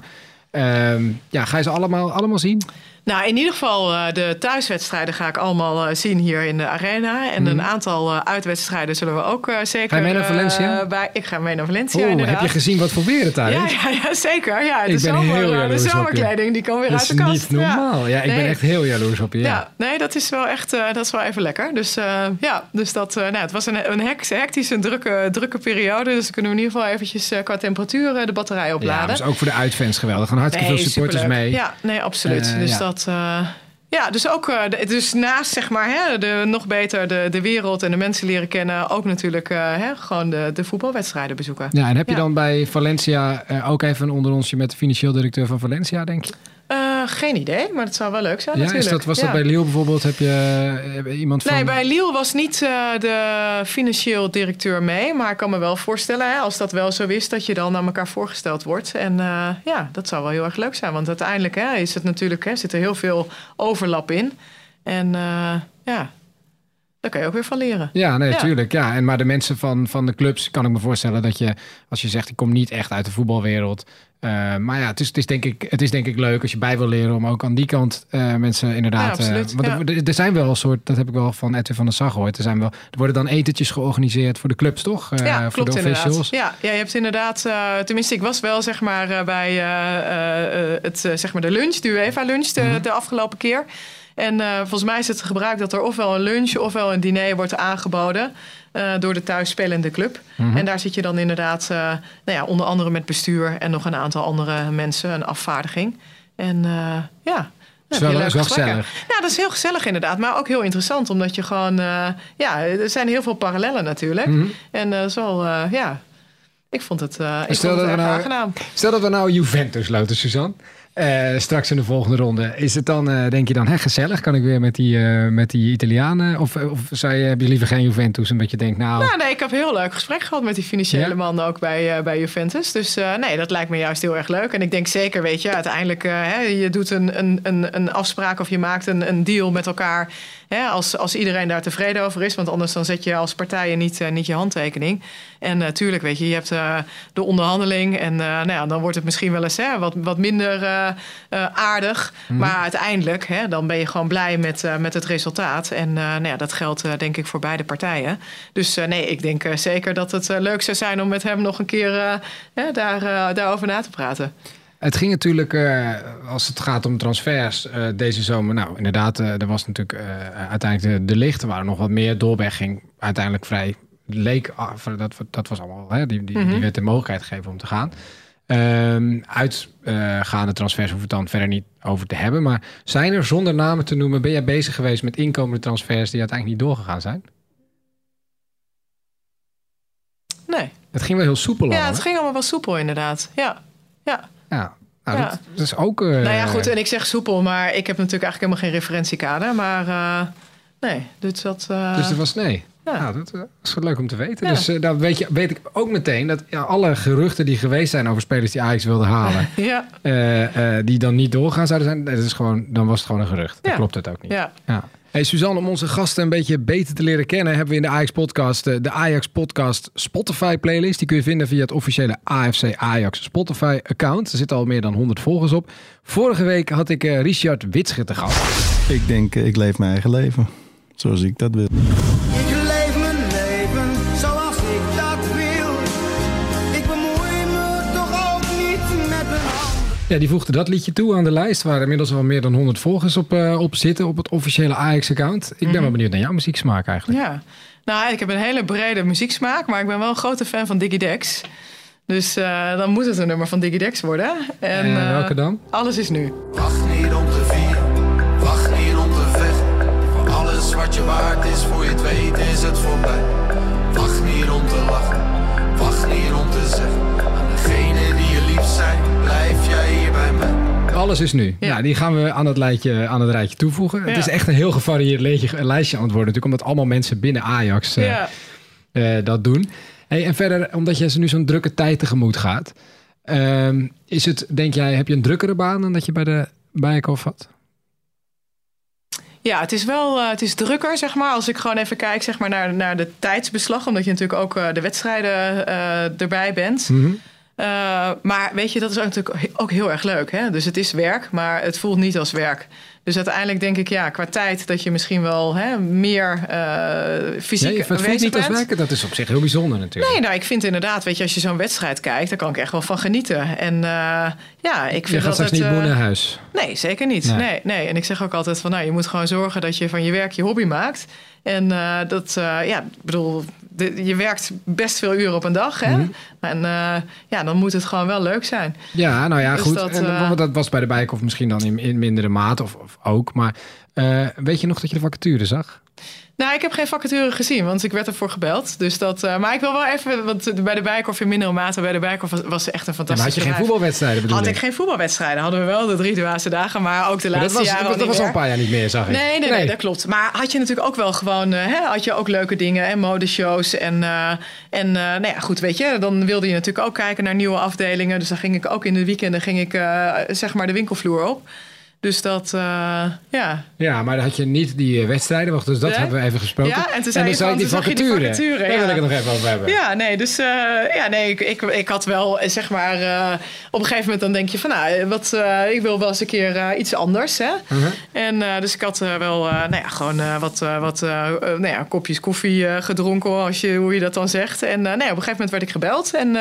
ga je ze allemaal zien? Nou, in ieder geval de thuiswedstrijden ga ik allemaal zien hier in de arena. En een aantal uitwedstrijden zullen we ook zeker... Ga je mee naar Valencia? Ik ga mee naar Valencia, inderdaad. Heb je gezien wat voor weer het daar is? Ja, zeker. Ja, ik ben heel jaloers de zomerkleding, die kan weer uit de kast. Dat is niet normaal. Ja, ik ben echt heel jaloers op je. Ja, nee, dat is wel echt dat is wel even lekker. Dus dat, het was een hectische, drukke periode. Dus dan kunnen we in ieder geval eventjes qua temperatuur de batterij opladen. Ja, dat is ook voor de uitfans geweldig. Er gaan hartstikke veel supporters superleuk. mee. Ja, nee, absoluut. Dus dat... dus ook dus naast zeg maar nog beter de wereld en de mensen leren kennen, ook natuurlijk gewoon de voetbalwedstrijden bezoeken. Ja, en heb je dan bij Valencia ook even een onderonsje met de financieel directeur van Valencia, denk je? Geen idee, maar dat zou wel leuk zijn natuurlijk. Was dat bij Lille bijvoorbeeld? Heb je iemand van... Nee, bij Lille was niet de financieel directeur mee. Maar ik kan me wel voorstellen, als dat wel zo is, dat je dan aan elkaar voorgesteld wordt. En dat zou wel heel erg leuk zijn. Want uiteindelijk is het natuurlijk, zit er heel veel overlap in. En daar kan je ook weer van leren. Ja, nee, natuurlijk. Ja. Maar de mensen van de clubs, kan ik me voorstellen dat je, als je zegt, ik kom niet echt uit de voetbalwereld. Maar ja, het is denk ik leuk als je bij wil leren om ook aan die kant mensen inderdaad... Ja, absoluut. Er zijn wel een soort, dat heb ik wel van Edwin van der Sar gehoord. Er worden dan etentjes georganiseerd voor de clubs, toch? Ja, voor klopt de officials. Ja, je hebt inderdaad... tenminste, ik was wel zeg maar bij de lunch, de UEFA-lunch de afgelopen keer. En volgens mij is het gebruik dat er ofwel een lunch ofwel een diner wordt aangeboden door de thuisspelende club. Mm-hmm. En daar zit je dan inderdaad onder andere met bestuur en nog een aantal andere mensen, een afvaardiging. En dat is wel gezellig. Ja, dat is heel gezellig inderdaad, maar ook heel interessant, omdat je gewoon, er zijn heel veel parallellen natuurlijk. Mm-hmm. En dat is wel, ik vond het erg aangenaam. Stel dat we nou Juventus loten, Suzanne. Straks in de volgende ronde. Is het dan, denk je dan, gezellig? Kan ik weer met die Italianen? Of heb je liever geen Juventus? Omdat je denkt, nee, ik heb een heel leuk gesprek gehad met die financiële man ook bij Juventus. Dus dat lijkt me juist heel erg leuk. En ik denk zeker, weet je, uiteindelijk je doet een afspraak of je maakt een deal met elkaar. Als iedereen daar tevreden over is. Want anders dan zet je als partijen niet je handtekening. En natuurlijk, weet je hebt de onderhandeling. En dan wordt het misschien wel eens wat minder aardig. Mm-hmm. Maar uiteindelijk, dan ben je gewoon blij met het resultaat. En dat geldt denk ik voor beide partijen. Dus ik denk zeker dat het leuk zou zijn om met hem nog een keer daarover na te praten. Het ging natuurlijk, als het gaat om transfers, deze zomer... Nou, inderdaad, er was natuurlijk uiteindelijk de licht. Er waren nog wat meer. Dolberg ging uiteindelijk vrij... Dat was allemaal... Die werd de mogelijkheid gegeven om te gaan. Uitgaande transfers hoeven we het dan verder niet over te hebben. Maar zijn er, zonder namen te noemen... Ben jij bezig geweest met inkomende transfers... die uiteindelijk niet doorgegaan zijn? Nee. Het ging wel heel soepel allemaal. Ja, het ging allemaal wel soepel inderdaad. Ja. Dat is ook... goed, en ik zeg soepel, maar ik heb natuurlijk eigenlijk helemaal geen referentiekader. Maar nee, dus dat... Dus er was nee? Ja. Nou, dat is leuk om te weten. Ja. Dus dan weet ik ook meteen dat alle geruchten die geweest zijn over spelers die Ajax wilden halen... die dan niet doorgaan zouden zijn, dan was het gewoon een gerucht. Dan klopt het ook niet. Ja. Hey Suzanne, om onze gasten een beetje beter te leren kennen... hebben we in de Ajax-podcast de Ajax-podcast Spotify-playlist. Die kun je vinden via het officiële AFC Ajax Spotify-account. Er zitten al meer dan 100 volgers op. Vorige week had ik Richard Witsche te gast. Ik denk, ik leef mijn eigen leven. Zoals ik dat wil. Ik leef mijn leven zoals ik dat wil. Ik bemoei me toch ook niet met mijn handen. Ja, die voegde dat liedje toe aan de lijst... waar inmiddels al meer dan 100 volgers op zitten... op het officiële Ajax-account. Ik ben wel benieuwd naar jouw muzieksmaak eigenlijk. Ja, Nou, ik heb een hele brede muzieksmaak, maar ik ben wel een grote fan van Diggy Dex. Dus dan moet het een nummer van Diggy Dex worden. En welke dan? Alles is nu. Wacht niet om te vieren, wacht niet om te vechten. Voor alles wat je waard is, voor je het weet is het voorbij. Wacht niet om te lachen, wacht niet om te zeggen. Aan degene die je lief zijn, blijf jij hier bij mij. Alles is nu. Ja. Die gaan we aan het rijtje toevoegen. Ja. Het is echt een heel gevarieerd lijstje aan het worden. Natuurlijk omdat allemaal mensen binnen Ajax dat doen. Hey, en verder, omdat je nu zo'n drukke tijd tegemoet gaat. Is het, denk jij, heb je een drukkere baan dan dat je bij de Bijenkorf had? Ja, het is wel het is drukker, zeg maar. Als ik gewoon even kijk zeg maar, naar de tijdsbeslag. Omdat je natuurlijk ook de wedstrijden erbij bent. Mm-hmm. Maar weet je, dat is natuurlijk ook heel erg leuk. Hè? Dus het is werk, maar het voelt niet als werk. Dus uiteindelijk denk ik, qua tijd dat je misschien wel meer fysiek aanwezig bent. Het voelt niet als werken, dat is op zich heel bijzonder natuurlijk. Nee, nou, ik vind inderdaad, weet je, als je zo'n wedstrijd kijkt, daar kan ik echt wel van genieten. En ik vind je gaat straks niet moe naar huis? Nee, zeker niet. Nee. En ik zeg ook altijd van, je moet gewoon zorgen dat je van je werk je hobby maakt. En je werkt best veel uren op een dag. Hè? Mm-hmm. En dan moet het gewoon wel leuk zijn. Ja, nou ja, dus goed. Dat was bij de Bijenkorf misschien dan in mindere mate of ook. Maar weet je nog dat je de vacature zag? Nou, ik heb geen vacature gezien, want ik werd ervoor gebeld. Dus maar ik wil wel even, want bij de Bijenkorf in mindere mate, bij de Bijenkorf was echt een fantastisch had je geen voetbalwedstrijden bedoel Had ik geen voetbalwedstrijden. Hadden we wel de 3 dwaze dagen, maar ook de laatste jaren dat was al een paar jaar niet meer, zag ik. Nee, dat klopt. Maar had je natuurlijk ook wel gewoon, had je ook leuke dingen en modeshows. Goed, weet je, dan wilde je natuurlijk ook kijken naar nieuwe afdelingen. Dus dan ging ik ook in de weekenden zeg maar de winkelvloer op. Dus dat, Ja, maar dan had je niet die wedstrijden. Wacht, dus dat hebben we even gesproken. Ja, en toen zei je die vacature. Daar wil ik het nog even over hebben. Ja, nee, dus ik had wel, zeg maar... op een gegeven moment dan denk je van... ik wil wel eens een keer iets anders, hè. Uh-huh. En dus ik had wel, kopjes koffie gedronken, hoe je dat dan zegt. En op een gegeven moment werd ik gebeld en...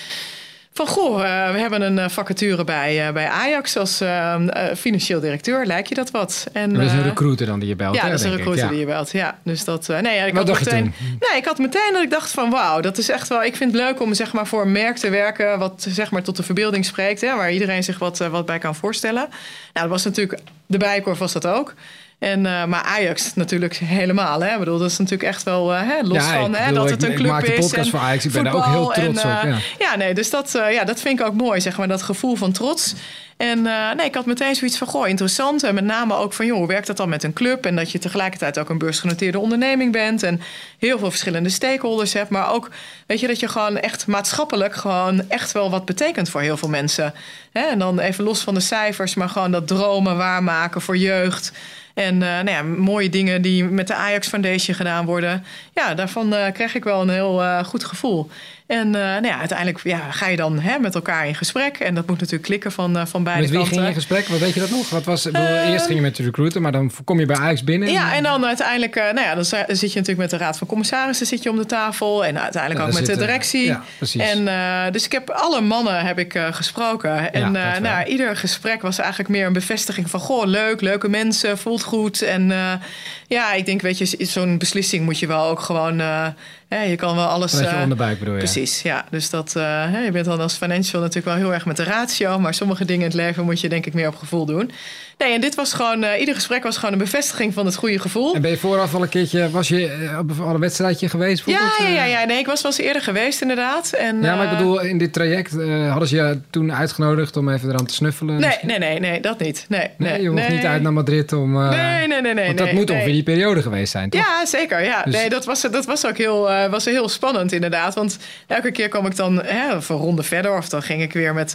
we hebben een vacature bij Ajax als financieel directeur. Lijkt je dat wat? En, dat is een recruiter dan die je belt. Ja, dat is een recruiter die je belt. Ja, dus dat. Wat dacht je toen? Nee, ik had meteen dat ik dacht van wauw, dat is echt wel. Ik vind het leuk om zeg maar voor een merk te werken wat zeg maar tot de verbeelding spreekt, hè, waar iedereen zich wat bij kan voorstellen. Nou, dat was natuurlijk de Bijenkorf was dat ook. Maar Ajax natuurlijk helemaal. Hè? Ik bedoel, dat is natuurlijk echt wel los van dat het een club is. Ik maak de podcast voor Ajax. Ik ben daar ook heel trots op. Dus dat vind ik ook mooi, zeg maar, dat gevoel van trots. En ik had meteen zoiets van, interessant. En met name ook van, hoe werkt dat dan met een club? En dat je tegelijkertijd ook een beursgenoteerde onderneming bent. En heel veel verschillende stakeholders hebt. Maar ook, weet je, dat je gewoon echt maatschappelijk gewoon echt wel wat betekent voor heel veel mensen. Hè? En dan even los van de cijfers, maar gewoon dat dromen waarmaken voor jeugd. En mooie dingen die met de Ajax Foundation gedaan worden. Ja, daarvan krijg ik wel een heel goed gevoel. En uiteindelijk ga je dan met elkaar in gesprek. En dat moet natuurlijk klikken van beide kanten. Met wie ging je in gesprek? Wat weet je dat nog? Wat was, eerst ging je met de recruiter, maar dan kom je bij Ajax binnen. Ja, en dan uiteindelijk dan zit je natuurlijk met de Raad van Commissarissen om de tafel. En uiteindelijk ook met de directie. Ja, precies. En dus ik heb alle mannen gesproken. En ieder gesprek was eigenlijk meer een bevestiging van... leuke mensen, voelt goed. En ik denk, weet je, zo'n beslissing moet je wel ook gewoon... je kan wel alles... Dat je onderbuik bedoel je. Precies, ja. Dus dat, je bent dan als financial natuurlijk wel heel erg met de ratio... maar sommige dingen in het leven moet je denk ik meer op gevoel doen. Nee, en dit was gewoon... ieder gesprek was gewoon een bevestiging van het goede gevoel. En ben je vooraf al een keertje... Was je op een wedstrijdje geweest? Ja. Nee, ik was wel eens eerder geweest inderdaad. En, maar ik bedoel, in dit traject hadden ze je toen uitgenodigd om even eraan te snuffelen? Nee, dat niet. Je hoeft niet uit naar Madrid om... Nee. Want dat moet ongeveer die periode geweest zijn, toch? Ja, zeker. Ja. Dus... Nee, dat was ook heel spannend inderdaad. Want elke keer kwam ik dan een ronde verder... of dan ging ik weer met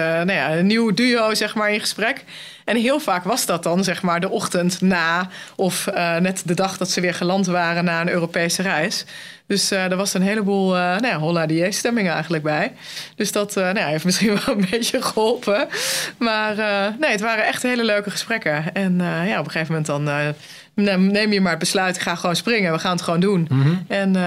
een nieuw duo zeg maar, in gesprek... En heel vaak was dat dan zeg maar de ochtend na... of net de dag dat ze weer geland waren na een Europese reis. Dus er was een heleboel holla die stemming eigenlijk bij. Dus dat heeft misschien wel een beetje geholpen. Maar het waren echt hele leuke gesprekken. En op een gegeven moment dan... neem je maar het besluit, ik ga gewoon springen. We gaan het gewoon doen. Mm-hmm. En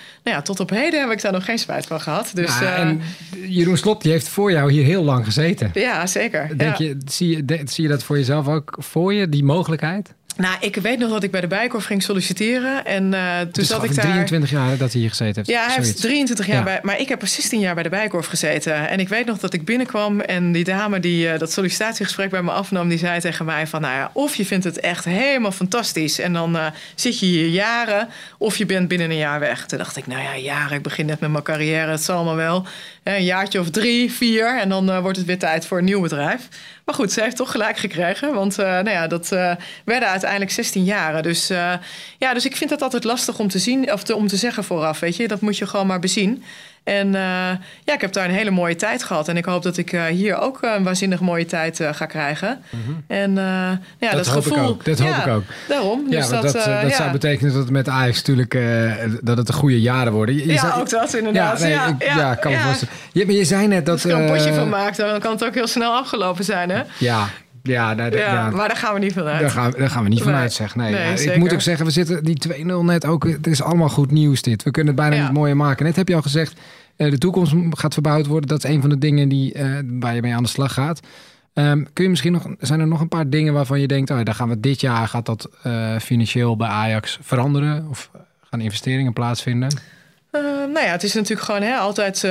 tot op heden heb ik daar nog geen spijt van gehad. Dus, en Jeroen Slot, die heeft voor jou hier heel lang gezeten. Ja, zeker. Zie je dat voor jezelf ook voor je, die mogelijkheid? Nou, ik weet nog dat ik bij de Bijenkorf ging solliciteren. En toen zat ik daar... 23 jaar dat hij hier gezeten heeft. Ja, hij heeft 23 jaar bij... Maar ik heb er 16 jaar bij de Bijenkorf gezeten. En ik weet nog dat ik binnenkwam en die dame die dat sollicitatiegesprek bij me afnam... die zei tegen mij van, nou ja, of je vindt het echt helemaal fantastisch... en dan zit je hier jaren, of je bent binnen een jaar weg. Toen dacht ik, nou ja, jaren, ik begin net met mijn carrière, het zal allemaal wel. Een jaartje of 3, 4 en dan wordt het weer tijd voor een nieuw bedrijf. Maar goed, ze heeft toch gelijk gekregen. Want dat werden uiteindelijk 16 jaren. Dus ik vind het altijd lastig om te zien of om te zeggen vooraf. Weet je, dat moet je gewoon maar bezien. En ik heb daar een hele mooie tijd gehad. En ik hoop dat ik hier ook een waanzinnig mooie tijd ga krijgen. Mm-hmm. En dat hoop gevoel... ik ook. Dat hoop ik ook. Daarom. Ja, dus dat zou betekenen dat het met Ajax natuurlijk... dat het de goede jaren worden. Ook dat inderdaad. Ja, kan me voorstellen. Maar je zei net dat... Als je er een potje van maakt, dan kan het ook heel snel afgelopen zijn, hè? Ja, maar daar gaan we niet vanuit. Daar gaan we niet vanuit, zeg. Nee, ik moet ook zeggen, we zitten die 2-0 net ook... Het is allemaal goed nieuws dit. We kunnen het bijna niet mooier maken. Net heb je al gezegd, de toekomst gaat verbouwd worden. Dat is een van de dingen waar je mee aan de slag gaat. Kun je misschien zijn er nog een paar dingen waarvan je denkt... daar gaan we dit jaar, gaat dat financieel bij Ajax veranderen? Of gaan investeringen plaatsvinden? Het is natuurlijk gewoon altijd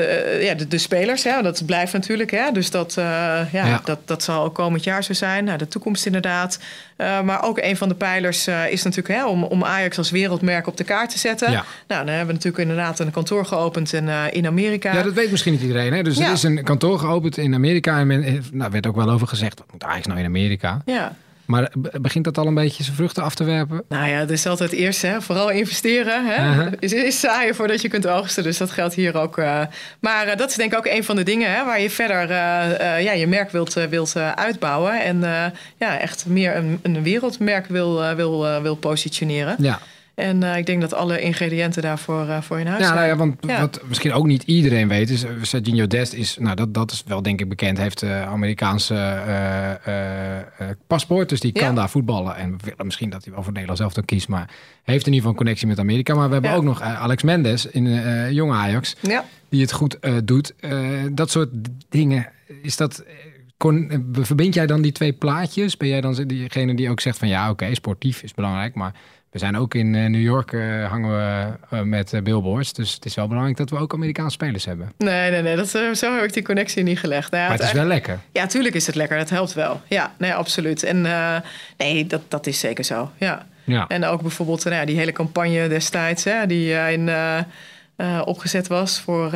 de spelers. Hè, dat blijft natuurlijk. Hè, dus dat zal ook komend jaar zo zijn. De toekomst inderdaad. Maar ook een van de pijlers is natuurlijk om Ajax als wereldmerk op de kaart te zetten. Ja. Nou, dan hebben we natuurlijk inderdaad een kantoor geopend in Amerika. Ja, dat weet misschien niet iedereen. Hè? Dus er is een kantoor geopend in Amerika. En werd ook wel over gezegd, wat moet Ajax nou in Amerika? Ja. Maar begint dat al een beetje zijn vruchten af te werpen? Nou ja, dat is altijd eerst, vooral investeren. Hè? Is zaaien voordat je kunt oogsten. Dus dat geldt hier ook. Maar dat is denk ik ook een van de dingen waar je verder je merk wilt uitbouwen. En echt meer een wereldmerk wil positioneren. Ja. En ik denk dat alle ingrediënten daarvoor voor in huis zijn. Want wat misschien ook niet iedereen weet is... Sergiño Dest is, dat is wel denk ik bekend... heeft Amerikaanse paspoort, dus die kan daar voetballen. En we willen misschien dat hij wel voor Nederland zelf dan kiest... maar heeft in ieder geval een connectie met Amerika. Maar we hebben ook nog Alex Mendes in Jong Ajax... die het goed doet. Dat soort dingen, is dat... Verbind jij dan die twee plaatjes? Ben jij dan diegene die ook zegt van sportief is belangrijk... maar we zijn ook in New York, hangen we met billboards. Dus het is wel belangrijk dat we ook Amerikaanse spelers hebben. Nee. Zo heb ik die connectie niet gelegd. Maar het is wel lekker. Ja, tuurlijk is het lekker. Dat helpt wel. Ja, nee, absoluut. En dat is zeker zo. Ja. En ook bijvoorbeeld die hele campagne destijds... die opgezet was voor...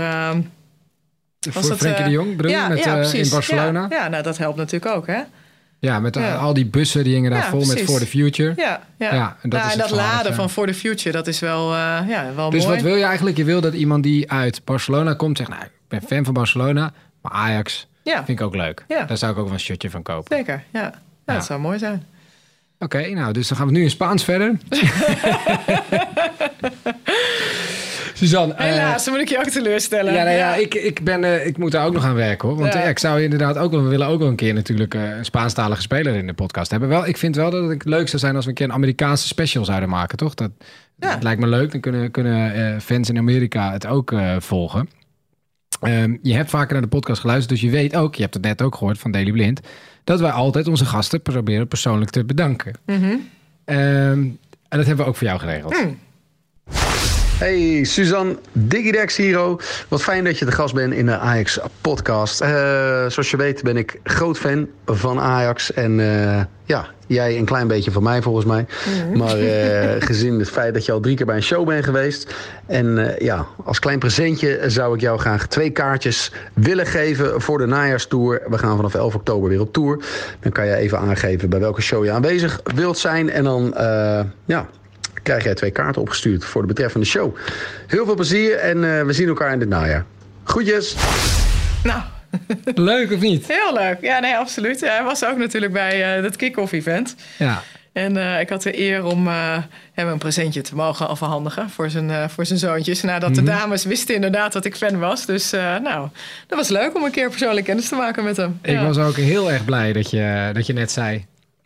voor Frenkie de Jong, bedoel je? In Barcelona? Ja, dat helpt natuurlijk ook, hè? Ja, met al die bussen die hingen daar vol met For the Future. Ja. En dat laden van For the Future, dat is wel mooi. Dus wat wil je eigenlijk? Je wil dat iemand die uit Barcelona komt zegt... ik ben fan van Barcelona, maar Ajax vind ik ook leuk. Ja. Daar zou ik ook wel een shirtje van kopen. Zeker, ja. Dat zou mooi zijn. Oké, dus dan gaan we nu in Spaans verder. Suzanne, helaas, dan moet ik je ook teleurstellen. Ik moet daar ook nog aan werken, hoor. Want ik zou inderdaad we willen ook wel een keer natuurlijk een Spaanstalige speler in de podcast hebben. Ik vind wel dat het leuk zou zijn als we een keer een Amerikaanse special zouden maken, toch? Dat lijkt me leuk. Dan kunnen fans in Amerika het ook volgen. Je hebt vaker naar de podcast geluisterd, dus je weet ook, je hebt het net ook gehoord van Daily Blind, dat wij altijd onze gasten proberen persoonlijk te bedanken. Mm-hmm. En dat hebben we ook voor jou geregeld. Hey Suzanne, Digidex Hero. Wat fijn dat je de gast bent in de Ajax podcast. Zoals je weet ben ik groot fan van Ajax. En jij een klein beetje van mij volgens mij. Mm-hmm. Maar gezien het feit dat je al 3 keer bij een show bent geweest. En als klein presentje zou ik jou graag 2 kaartjes willen geven voor de najaarstour. We gaan vanaf 11 oktober weer op tour. Dan kan je even aangeven bij welke show je aanwezig wilt zijn. En dan krijg jij 2 kaarten opgestuurd voor de betreffende show. Heel veel plezier en we zien elkaar in dit najaar. Groetjes! Nou, leuk of niet? Heel leuk. Ja, nee, absoluut. Hij was ook natuurlijk bij het kick-off event. Ja. En ik had de eer om hem een presentje te mogen afhandigen voor zijn zoontjes. Nadat de dames wisten inderdaad dat ik fan was. Dus dat was leuk om een keer persoonlijk kennis te maken met hem. Ik was ook heel erg blij dat je net zei...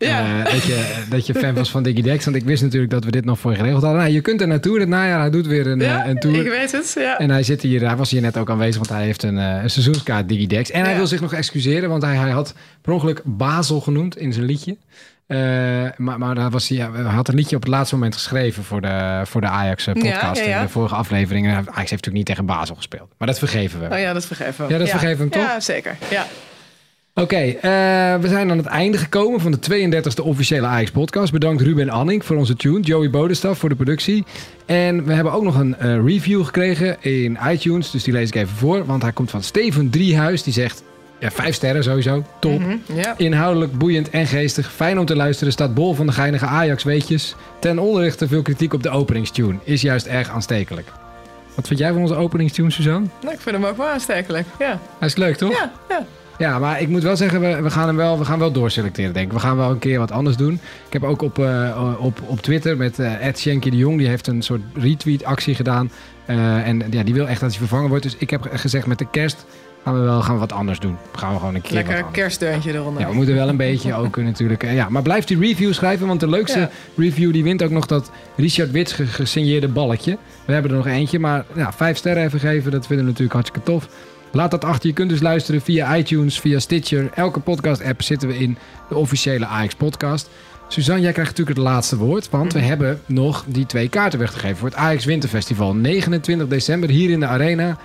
Dat je fan was van Digidex. Want ik wist natuurlijk dat we dit nog voor je geregeld hadden. Nou, je kunt er naartoe in het najaar. Hij doet weer een tour. Ik weet het, ja. En hij was hier net ook aanwezig, want hij heeft een seizoenskaart Digidex. En hij wil zich nog excuseren, want hij had per ongeluk Basel genoemd in zijn liedje. Maar daar hij had een liedje op het laatste moment geschreven voor de Ajax podcast in de vorige aflevering. Ajax heeft natuurlijk niet tegen Basel gespeeld. Maar dat vergeven we. Oh ja, dat vergeven we. Ja, dat vergeven we hem toch? Ja, zeker. Ja. Oké, we zijn aan het einde gekomen van de 32e officiële Ajax podcast. Bedankt Ruben Anning voor onze tune. Joey Bodestaf voor de productie. En we hebben ook nog een review gekregen in iTunes. Dus die lees ik even voor. Want hij komt van Steven Driehuis. Die zegt... Ja, 5 sterren sowieso. Top. Inhoudelijk, boeiend en geestig. Fijn om te luisteren. Staat bol van de geinige Ajax-weetjes. Ten onrechte veel kritiek op de openingstune. Is juist erg aanstekelijk. Wat vind jij van onze openingstune, Suzanne? Nou, ik vind hem ook wel aanstekelijk. Ja. Hij is leuk, toch? Ja. Ja, maar ik moet wel zeggen, we gaan wel doorselecteren, denk ik. We gaan wel een keer wat anders doen. Ik heb ook op Twitter met @Shenky de Jong, die heeft een soort retweet-actie gedaan. En die wil echt dat hij vervangen wordt. Dus ik heb gezegd, met de kerst gaan we wat anders doen. Gaan we gewoon een keer lekker kerstdeuntje eronder. Ja, we moeten wel een beetje ook natuurlijk. Maar blijf die review schrijven, want de leukste review die wint ook nog dat Richard Wits gesigneerde balletje. We hebben er nog eentje, maar 5 sterren even geven, dat vinden we natuurlijk hartstikke tof. Laat dat achter. Je kunt dus luisteren via iTunes, via Stitcher. Elke podcast-app zitten we in de officiële Ajax podcast. Suzanne, jij krijgt natuurlijk het laatste woord. Want we hebben nog die 2 kaarten weggegeven voor het Ajax Winterfestival. 29 december hier in de Arena.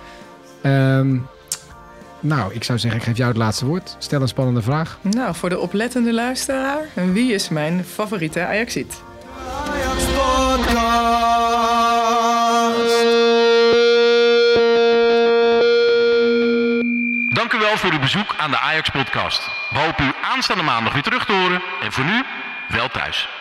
Ik zou zeggen, ik geef jou het laatste woord. Stel een spannende vraag. Nou, voor de oplettende luisteraar. Wie is mijn favoriete Ajaxiet? Ajax podcast. Dank u wel voor uw bezoek aan de Ajax podcast. We hopen u aanstaande maandag weer terug te horen. En voor nu, wel thuis.